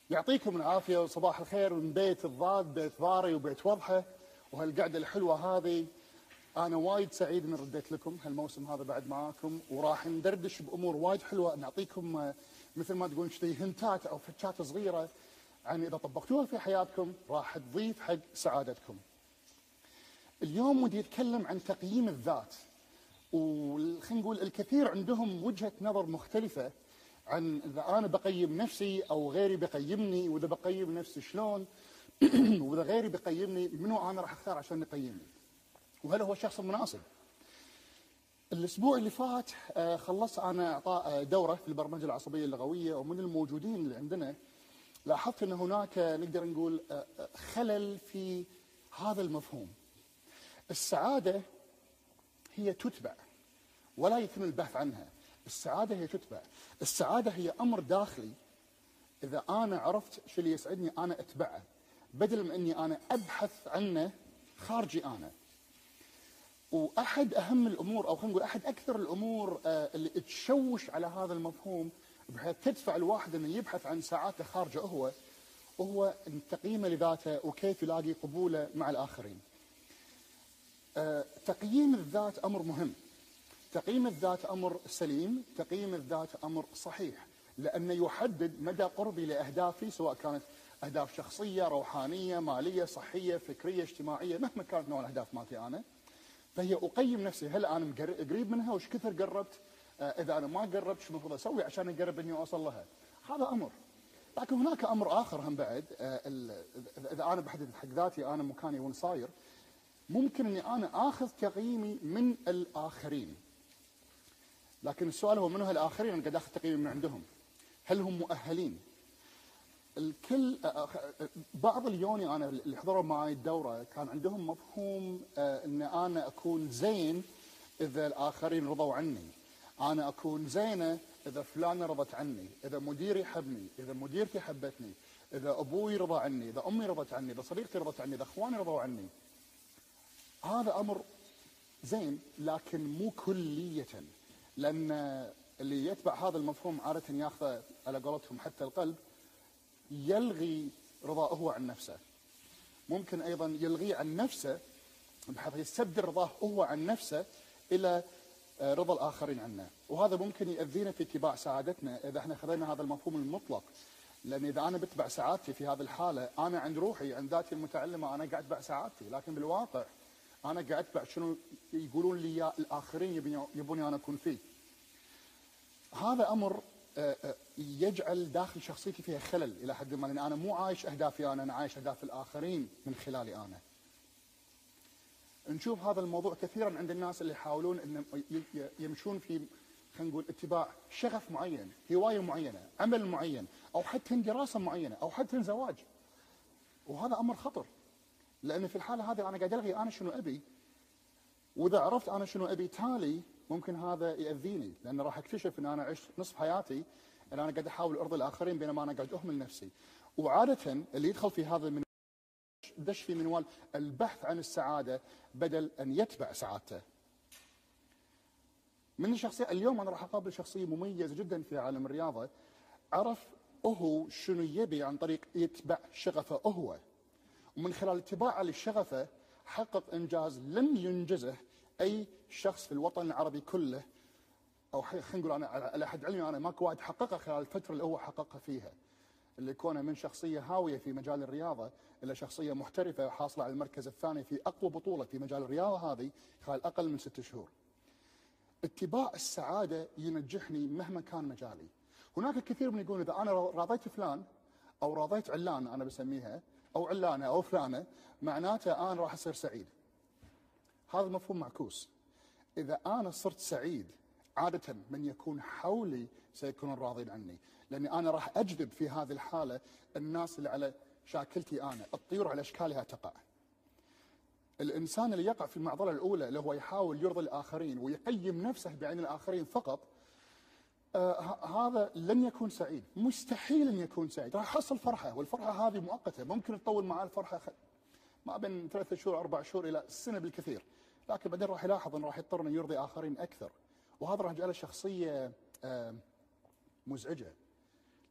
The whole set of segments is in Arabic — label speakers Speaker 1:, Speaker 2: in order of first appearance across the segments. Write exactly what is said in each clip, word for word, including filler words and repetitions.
Speaker 1: يعطيكم العافيه وصباح الخير من بيت الضاد، بيت ضاري وبيت وضحه، وهالقعده الحلوه هذه. انا وايد سعيد ان رديت لكم هالموسم هذا بعد معاكم، وراح ندردش بامور وايد حلوه، نعطيكم آه، مثل ما تقولون شتي هنتات او فتشات صغيره عن اذا طبقتوها في حياتكم راح تضيف حق سعادتكم. اليوم ودي اتكلم عن تقييم الذات، وخلينا نقول الكثير عندهم وجهه نظر مختلفه عن اذا انا بقيم نفسي او غيري بقيمني، واذا بقيم نفسي شلون واذا غيري بقيمني منو انا راح اختار عشان يقيمني، وهل هو الشخص المناسب. الاسبوع اللي فات آه، خلصت انا اعطاء دوره في البرمجه العصبيه اللغويه، ومن الموجودين اللي عندنا لاحظت ان هناك نقدر نقول آه، آه، خلل في هذا المفهوم. السعاده هي تتبع ولا يتم البحث عنها. السعاده هي تتبع، السعاده هي امر داخلي. اذا انا عرفت شو اللي يسعدني انا اتبعه، بدل من اني انا ابحث عنه خارجي انا. واحد اهم الامور او خلينا نقول احد اكثر الامور آه، اللي تشوش على هذا المفهوم بحيث تدفع الواحد انه يبحث عن سعادته خارجه هو وهو تقييمه لذاته وكيف يلاقي قبوله مع الاخرين. آه، تقييم الذات امر مهم. تقييم الذات امر سليم، تقييم الذات امر صحيح، لانه يحدد مدى قربي لاهدافي، سواء كانت اهداف شخصيه، روحانيه، ماليه، صحيه، فكريه، اجتماعيه، مهما كانت نوع الاهداف مالتي انا. فهي اقيم نفسي، هل انا قريب منها وش كثر قربت؟ آه، اذا انا ما قربت شو المفروض اسوي عشان اقرب اني اوصل لها؟ هذا امر. لكن هناك امر اخر هم بعد، آه، اذا انا بحدد حق ذاتي انا مكاني وين صاير، ممكن اني انا اخذ تقييمي من الاخرين. لكن السؤال هو منو هالاخرين انا قاعد اخذ تقييمي من عندهم؟ هل هم مؤهلين؟ الكل بعض اليوني انا اللي حضروا معي الدوره كان عندهم مفهوم آه، ان انا اكون زين اذا الاخرين رضوا عني، انا اكون زينه اذا فلانه رضت عني، اذا مديري حبني، اذا مديرتي حبتني، اذا ابوي رضى عني، اذا امي رضت عني، اذا صديقتي رضت عني، اذا اخواني رضوا عني. هذا امر زين لكن مو كليه، لان اللي يتبع هذا المفهوم عاده ياخذه على قولتهم حتى القلب، يلغي رضاه هو عن نفسه. ممكن ايضا يلغيه عن نفسه بحيث يستبدل رضاه هو عن نفسه الى رضا الاخرين عنه، وهذا ممكن يؤذينا في اتباع سعادتنا اذا احنا خذينا هذا المفهوم المطلق. لان اذا انا بتبع سعادتي في هذه الحاله، انا عند روحي عند ذاتي المتعلمه انا قاعد اتبع سعادتي، لكن بالواقع انا قاعد اتبع شنو يقولون لي يا الاخرين يبوني انا اكون فيه. هذا امر يجعل داخل شخصيتي فيها خلل الى حد ما، لان انا مو عايش اهدافي انا، انا عايش اهداف الاخرين من خلالي انا. نشوف هذا الموضوع كثيرا عند الناس اللي يحاولون ان يمشون في خلينا نقول اتباع شغف معين، هوايه معينه، عمل معين، او حتى دراسه معينه، او حتى زواج. وهذا امر خطر، لان في الحاله هذه انا قاعد الغي انا شنو ابي، واذا عرفت انا شنو ابي تالي ممكن هذا ياذيني، لان راح اكتشف ان انا عشت نصف حياتي ان انا قاعد احاول ارضي الاخرين بينما انا قاعد اهمل نفسي. وعاده اللي يدخل في هذا من دش في منوال البحث عن السعاده بدل ان يتبع سعادته. من الشخصيه اليوم انا راح اقابل شخصيه مميزه جدا في عالم الرياضه، عرف هو شنو يبي عن طريق يتبع شغفه هو، ومن خلال اتباعه لشغفه حقق انجاز لم ينجزه اي شخص في الوطن العربي كله، او خلينا نقول انا على حد علمي انا ماكو واحد حققها خلال الفتره اللي هو حققها فيها، اللي كونه من شخصيه هاويه في مجال الرياضه الى شخصيه محترفه حاصله على المركز الثاني في اقوى بطوله في مجال الرياضه هذه خلال اقل من ست شهور. اتباع السعاده ينجحني مهما كان مجالي. هناك الكثير من يقول اذا انا راضيت فلان او راضيت علان انا بسميها او علانه او فلانه معناته انا راح اصير سعيد. هذا مفهوم معكوس. اذا انا صرت سعيد عاده من يكون حولي سيكونون راضين عني، لاني انا راح اجذب في هذه الحاله الناس اللي على شاكلتي انا، الطيور على اشكالها تقع. الانسان اللي يقع في المعضله الاولى اللي هو يحاول يرضي الاخرين ويقيم نفسه بعين الاخرين فقط، آه هذا لن يكون سعيد، مستحيل ان يكون سعيد. راح يحصل فرحه، والفرحه هذه مؤقته، ممكن تطول معاه الفرحه ما بين ثلاثة شهور اربع شهور الى سنه بالكثير، لكن بعدين راح يلاحظ انه راح يضطر انه يرضي اخرين اكثر، وهذا راح يجعله شخصيه آه مزعجه.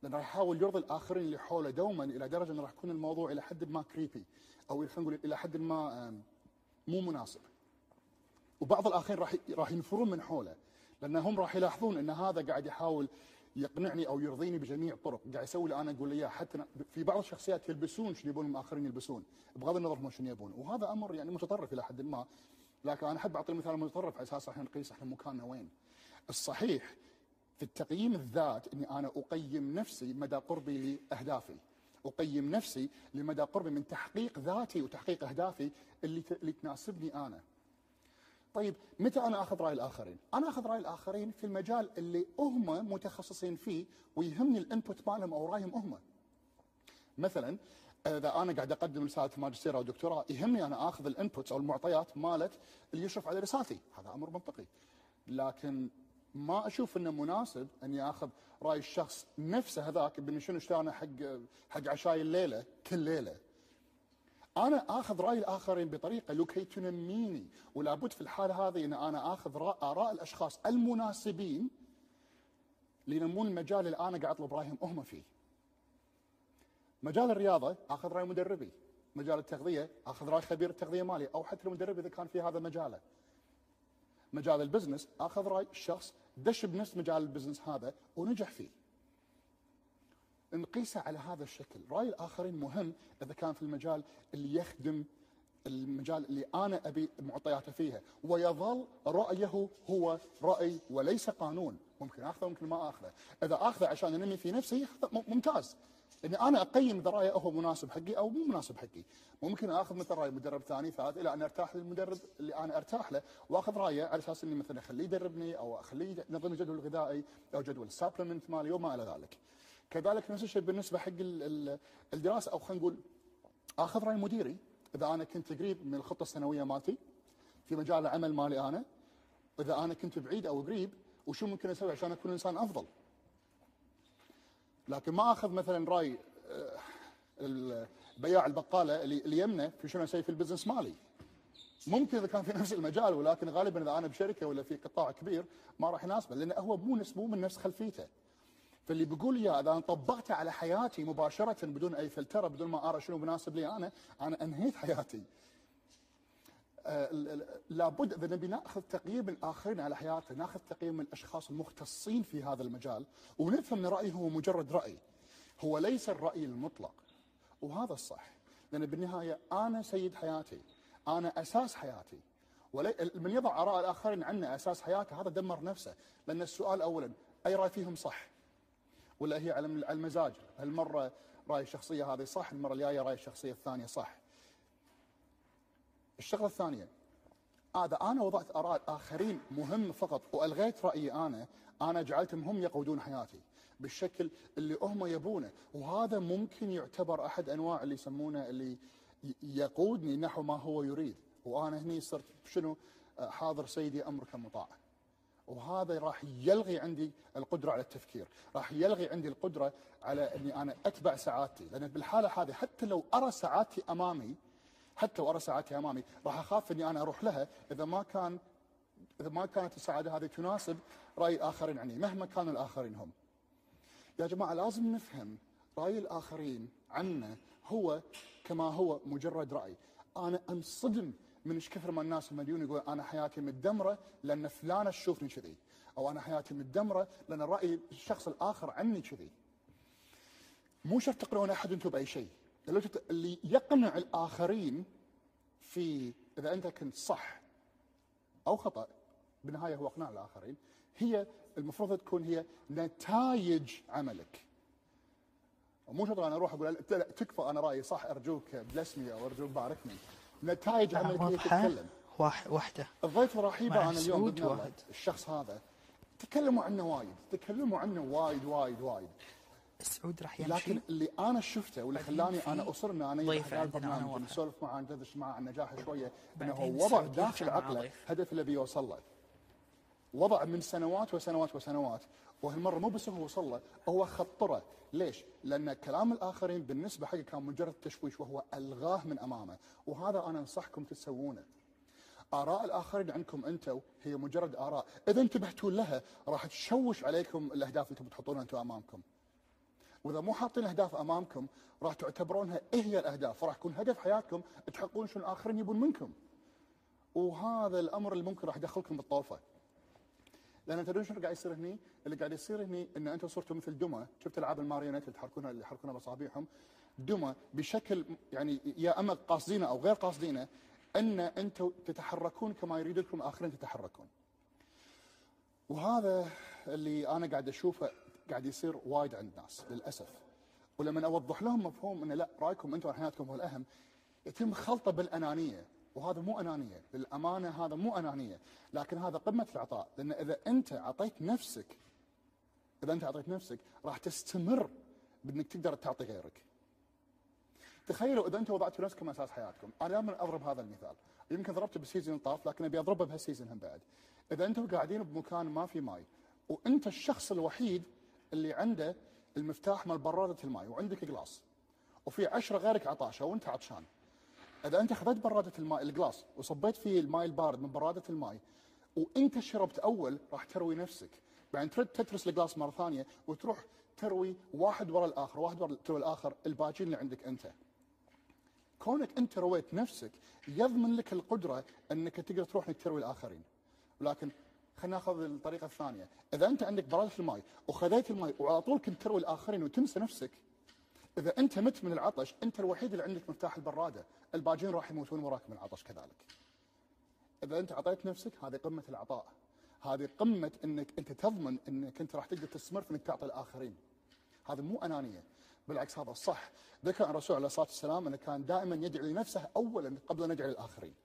Speaker 1: لانه راح يحاول يرضي الاخرين اللي حوله دوما، الى درجه انه راح يكون الموضوع الى حد ما كريبي، او خلينا نقول الى حد ما مو مناسب. وبعض الاخرين راح راح ينفرون من حوله، لانهم راح يلاحظون ان هذا قاعد يحاول يقنعني او يرضيني بجميع الطرق، قاعد يسوي اللي انا اقول له اياه. حتى في بعض الشخصيات يلبسون شنو يبون الاخرين يلبسون بغض النظر هم شنو يبون، وهذا امر يعني متطرف الى حد ما. لكن انا احب اعطي مثال متطرف على اساس احنا نقيس احنا مكاننا وين. الصحيح في التقييم الذات اني انا اقيم نفسي مدى قربي لاهدافي، اقيم نفسي لمدى قربي من تحقيق ذاتي وتحقيق اهدافي اللي اللي تناسبني انا. طيب متى انا اخذ راي الاخرين؟ انا اخذ راي الاخرين في المجال اللي هم متخصصين فيه ويهمني الانبوت مالهم او رايهم هم. مثلا اذا انا قاعد اقدم رساله ماجستير او دكتوراه، يهمني انا اخذ الانبوتس او المعطيات مالت اللي يشرف على رسالتي، هذا امر منطقي. لكن ما اشوف انه مناسب اني اخذ راي الشخص نفسه هذاك بان شنو اشتغلنا حق حق عشاي الليله كل ليله. انا اخذ راي الاخرين بطريقه لكي تنميني، ولا بد في الحاله هذه ان انا اخذ اراء الاشخاص المناسبين لينمون المجال اللي انا قاعد اطلب رايهم هم فيه. مجال الرياضه اخذ راي مدربي، مجال التغذيه اخذ راي خبير التغذيه مالي او حتى المدرب اذا كان في هذا مجاله. مجال البزنس اخذ راي شخص دش بنفس مجال البزنس هذا ونجح فيه. نقيسه على هذا الشكل. راي الاخرين مهم اذا كان في المجال اللي يخدم المجال اللي انا ابي معطياته فيها، ويظل رايه هو راي وليس قانون. ممكن اخذه ممكن ما اخذه، اذا اخذه عشان انمي في نفسي ممتاز، اني انا اقيم اذا رايه هو مناسب حقي او مو مناسب حقي. ممكن اخذ مثل راي مدرب ثاني ثالث الى ان ارتاح للمدرب اللي انا ارتاح له، واخذ رايه على اساس اني مثلا اخليه يدربني او اخليه ينظم الجدول الغذائي او جدول السبلمنت مالي وما الى ذلك. كذلك نفس الشيء بالنسبه حق الدراسه، او خلينا نقول اخذ راي مديري اذا انا كنت قريب من الخطه السنويه مالتي في مجال العمل مالي انا، اذا انا كنت بعيد او قريب وشو ممكن اسوي عشان اكون انسان افضل. لكن ما اخذ مثلا راي بياع البقاله اللي يمنه في شنو اسوي في البزنس مالي. ممكن اذا كان في نفس المجال، ولكن غالبا اذا انا بشركه ولا في قطاع كبير ما راح يناسبه، لانه هو مو مو من نفس خلفيته. فاللي بيقول اياه اذا انا طبقته على حياتي مباشره بدون اي فلتره، بدون ما ارى شنو مناسب لي انا، انا انهيت حياتي. آه لابد اذا نبي ناخذ تقييم الاخرين على حياتنا، ناخذ تقييم من الاشخاص المختصين في هذا المجال، ونفهم ان رايه هو مجرد راي، هو ليس الراي المطلق. وهذا الصح، لان بالنهايه انا سيد حياتي، انا اساس حياتي. ولي من يضع اراء الاخرين عنه اساس حياته هذا دمر نفسه، لان السؤال اولا اي راي فيهم صح؟ ولا هي على المزاج؟ هالمره راي الشخصيه هذه صح، المره الجايه راي الشخصيه الثانيه صح. الشغله الثانيه، اذا انا وضعت اراء الاخرين مهم فقط والغيت رايي انا، انا جعلتهم هم يقودون حياتي بالشكل اللي هم يبونه، وهذا ممكن يعتبر احد انواع اللي يسمونه اللي يقودني نحو ما هو يريد، وانا هني صرت شنو؟ حاضر سيدي امرك مطاع. وهذا راح يلغي عندي القدره على التفكير، راح يلغي عندي القدره على اني انا اتبع سعادتي، لان بالحاله هذه حتى لو ارى سعادتي امامي، حتى لو ارى سعادتي امامي راح اخاف اني انا اروح لها اذا ما كان اذا ما كانت السعاده هذه تناسب راي الاخرين عني، مهما كانوا الاخرين هم. يا جماعه لازم نفهم راي الاخرين عنا هو كما هو مجرد راي. انا انصدم من ايش كثر ما الناس لما يجون يقول انا حياتي متدمره لان فلانه تشوفني كذي، او انا حياتي متدمره لان راي الشخص الاخر عني كذي. مو شرط تقنعون احد انتم باي شيء، اللي يقنع الاخرين في اذا انت كنت صح او خطا بالنهايه هو اقناع الاخرين، هي المفروض تكون هي نتائج عملك. مو شرط انا اروح اقول تكفى انا رايي صح ارجوك بلسمي او ارجوك باركني. نتائج عملك هي تتكلم.
Speaker 2: واحده.
Speaker 1: الضيف الرحيبه انا اليوم بدنا الشخص هذا تكلموا عنه وايد، تكلموا عنه وايد وايد وايد.
Speaker 2: سعود راح يمشي،
Speaker 1: لكن اللي انا شفته واللي خلاني انا اصر ان انا
Speaker 2: ضيف
Speaker 1: عندنا نسولف معاه ندردش معاه عن نجاحه شويه، انه هو وضع داخل عقله هدف اللي بيوصل له. وضع من سنوات وسنوات وسنوات، وهالمره مو بس هو وصل له، هو خطره. ليش؟ لان كلام الاخرين بالنسبه حقه كان مجرد تشويش، وهو الغاه من امامه، وهذا انا انصحكم تسوونه. آراء الآخرين عنكم أنتم هي مجرد آراء، إذا انتبهتوا لها راح تشوش عليكم الأهداف اللي تبون تحطونها أنتم أمامكم. واذا مو حاطين اهداف امامكم راح تعتبرونها ايه هي الاهداف، راح يكون هدف حياتكم تحققون شنو الاخرين يبون منكم. وهذا الامر اللي ممكن راح يدخلكم بالطوفه. لان تدرون شنو قاعد يصير هني؟ اللي قاعد يصير هني ان انتم صرتوا مثل دمى، شفت العاب الماريونيت اللي تحركونها اللي يحركونها باصابعهم؟ دمى بشكل يعني يا اما قاصدينه او غير قاصدينه، ان انتم تتحركون كما يريد لكم الاخرين تتحركون. وهذا اللي انا قاعد اشوفه قاعد يصير وايد عند ناس للاسف. ولما اوضح لهم مفهوم ان لا، رايكم انتم عن حياتكم هو الاهم، يتم خلطه بالانانيه، وهذا مو انانيه، للامانه هذا مو انانيه، لكن هذا قمه العطاء، لان اذا انت اعطيت نفسك اذا انت اعطيت نفسك راح تستمر بانك تقدر تعطي غيرك. تخيلوا اذا انتم وضعتوا نفسكم اساس حياتكم، انا دائما اضرب هذا المثال، يمكن ضربته بالسيزون الطاف لكن ابي اضربه بهالسيزون هم بعد. اذا انتم قاعدين بمكان ما في ماي، وانت الشخص الوحيد اللي عنده المفتاح مال براده الماي وعندك قلاص، وفي عشرة غيرك عطاشه وانت عطشان، اذا انت خذيت براده الماء القلاص وصبيت فيه الماء البارد من براده الماء وانت شربت اول، راح تروي نفسك، بعدين ترد تترس القلاص مره ثانيه وتروح تروي واحد ورا الاخر، واحد ورا الاخر الباجين اللي عندك انت. كونك انت رويت نفسك يضمن لك القدره انك تقدر تروح انك تروي الاخرين. ولكن خلينا ناخذ الطريقه الثانيه، اذا انت عندك براده الماء وخذيت الماء وعلى طول كنت تروي الاخرين وتنسى نفسك، اذا انت مت من العطش انت الوحيد اللي عندك مفتاح البراده، الباجين راح يموتون وراك من العطش كذلك. اذا انت اعطيت نفسك، هذه قمه العطاء، هذه قمه انك انت تضمن انك انت راح تقدر تستمر في انك تعطي الاخرين. هذا مو انانيه، بالعكس هذا الصح. ذكر الرسول عليه الصلاه والسلام انه كان دائما يدعي لنفسه اولا قبل ان يدعي للاخرين.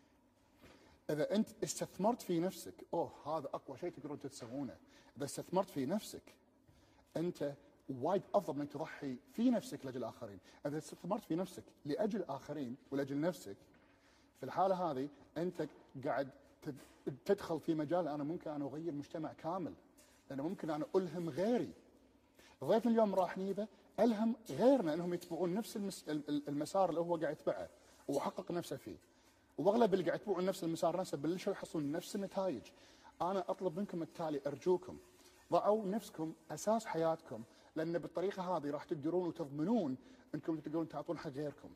Speaker 1: اذا انت استثمرت في نفسك، اوه هذا اقوى شيء تقدرون تسوونه. اذا استثمرت في نفسك انت وايد افضل انك تضحي في نفسك لاجل الاخرين. اذا استثمرت في نفسك لاجل الاخرين ولاجل نفسك، في الحاله هذه انت قاعد تدخل في مجال انا ممكن انا اغير مجتمع كامل، لان ممكن انا الهم غيري. ضيفنا اليوم راح نيبه الهم غيرنا انهم يتبعون نفس المس... المسار اللي هو قاعد يتبعه وحقق نفسه فيه. واغلب اللي قاعد يتبعون نفس المسار نفسه بلشوا يحصلون نفس النتائج. انا اطلب منكم التالي، ارجوكم ضعوا نفسكم اساس حياتكم، لان بالطريقه هذه راح تقدرون وتضمنون انكم تقدرون تعطون حق غيركم.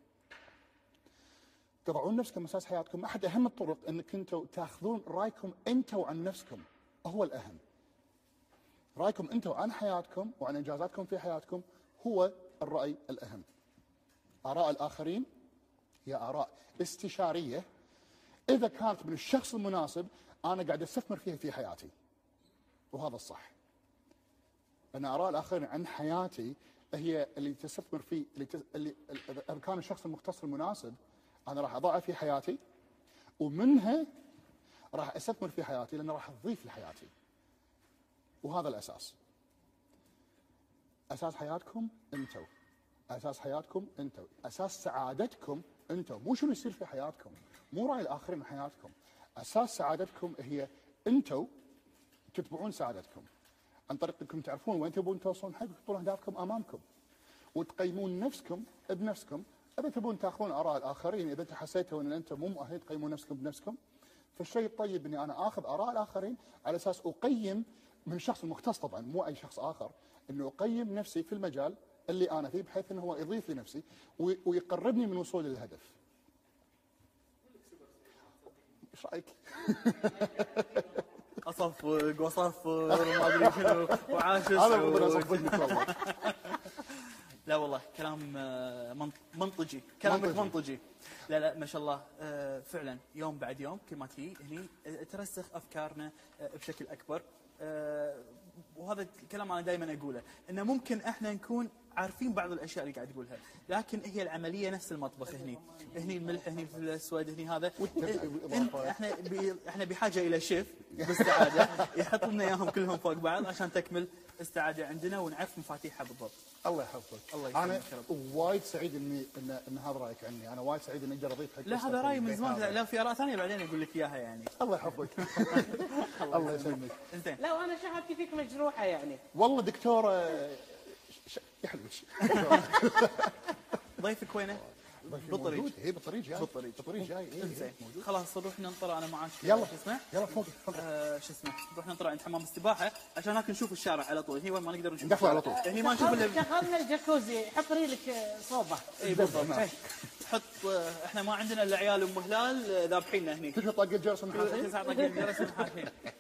Speaker 1: تضعون نفسكم اساس حياتكم، احد اهم الطرق انك انتم تاخذون رايكم انتم عن نفسكم، هو الاهم. رايكم انتم عن حياتكم وعن انجازاتكم في حياتكم هو الراي الاهم. اراء الاخرين هي اراء استشاريه، اذا كانت من الشخص المناسب انا قاعد استثمر فيها في حياتي، وهذا الصح. لان اراء الاخرين عن حياتي هي اللي تستثمر فيه، اللي, تس... اللي اذا كان الشخص المختص المناسب انا راح اضعه في حياتي، ومنها راح استثمر في حياتي لانه راح تضيف لحياتي. وهذا الاساس. اساس حياتكم انتم، اساس حياتكم انتم، اساس سعادتكم انتم، مو شنو يصير في حياتكم، مو راي الاخرين من حياتكم. اساس سعادتكم هي انتم تتبعون سعادتكم عن طريق انكم تعرفون وين تبون توصلون حق، تحطون اهدافكم امامكم وتقيمون نفسكم بنفسكم. اذا تبون تاخذون اراء الاخرين، اذا انتم حسيتوا ان انتم مو مؤهلين تقيمون نفسكم بنفسكم، فالشيء الطيب اني انا اخذ اراء الاخرين على اساس اقيم من الشخص المختص، طبعا مو اي شخص اخر، انه اقيم نفسي في المجال اللي انا فيه بحيث انه هو يضيف لي نفسي ويقربني من وصول للهدف. ايش رايك؟
Speaker 3: اصفق واصفر وما ادري شنو وعاشس
Speaker 1: هذا المفروض اصفقك والله.
Speaker 3: لا والله كلام منطقي، كلامك منطقي. لا لا ما شاء الله، فعلا يوم بعد يوم كل ما تجي هني ترسخ افكارنا بشكل اكبر. وهذا الكلام انا دائما اقوله، انه ممكن احنا نكون عارفين بعض الاشياء اللي قاعد يقولها، لكن هي العمليه نفس المطبخ. هني هني الملح، هني في الاسود، هني هذا. احنا بي احنا بحاجه الى شيف باستعاده يحط لنا اياهم كلهم فوق بعض عشان تكمل السعاده عندنا ونعرف مفاتيحها بالضبط.
Speaker 1: الله يحفظك.
Speaker 3: الله
Speaker 1: انا
Speaker 3: يسلمك.
Speaker 1: وايد سعيد اني ان, إن هذا رايك عني، انا وايد سعيد اني اقدر اضيف حق.
Speaker 3: لا هذا رايي من زمان، لا في اراء ثانيه بعدين اقول لك اياها يعني.
Speaker 1: الله يحفظك. الله يسلمك.
Speaker 3: انزين.
Speaker 4: لا وانا شهادتي فيك مجروحه يعني.
Speaker 1: والله دكتوره يحلوش.
Speaker 3: ضيفك وينه؟ بالطريق.
Speaker 1: موجود. اي بالطريق جاي.
Speaker 3: بالطريق.
Speaker 1: بالطريق جاي. اي
Speaker 3: زين
Speaker 1: موجود.
Speaker 3: خلاص نروح ننطر انا معاك.
Speaker 1: يلا
Speaker 3: شو اسمه؟
Speaker 1: يلا فوق فوق.
Speaker 3: آه شو اسمه؟ نروح ننطر عند حمام السباحه عشان هناك نشوف الشارع على طول، هني وين ما نقدر نشوف.
Speaker 1: ندخل على طول.
Speaker 3: هني ما نشوف الا.
Speaker 4: شغلنا الجاكوزي، حط ريلك صوبه.
Speaker 3: اي بالضبط. حط آه، احنا ما عندنا الا عيال ام هلال آه، ذابحيننا هني.
Speaker 1: تجي طاق الجرس ونحاسب.
Speaker 3: تسعة طاقين جرس ونحاشين.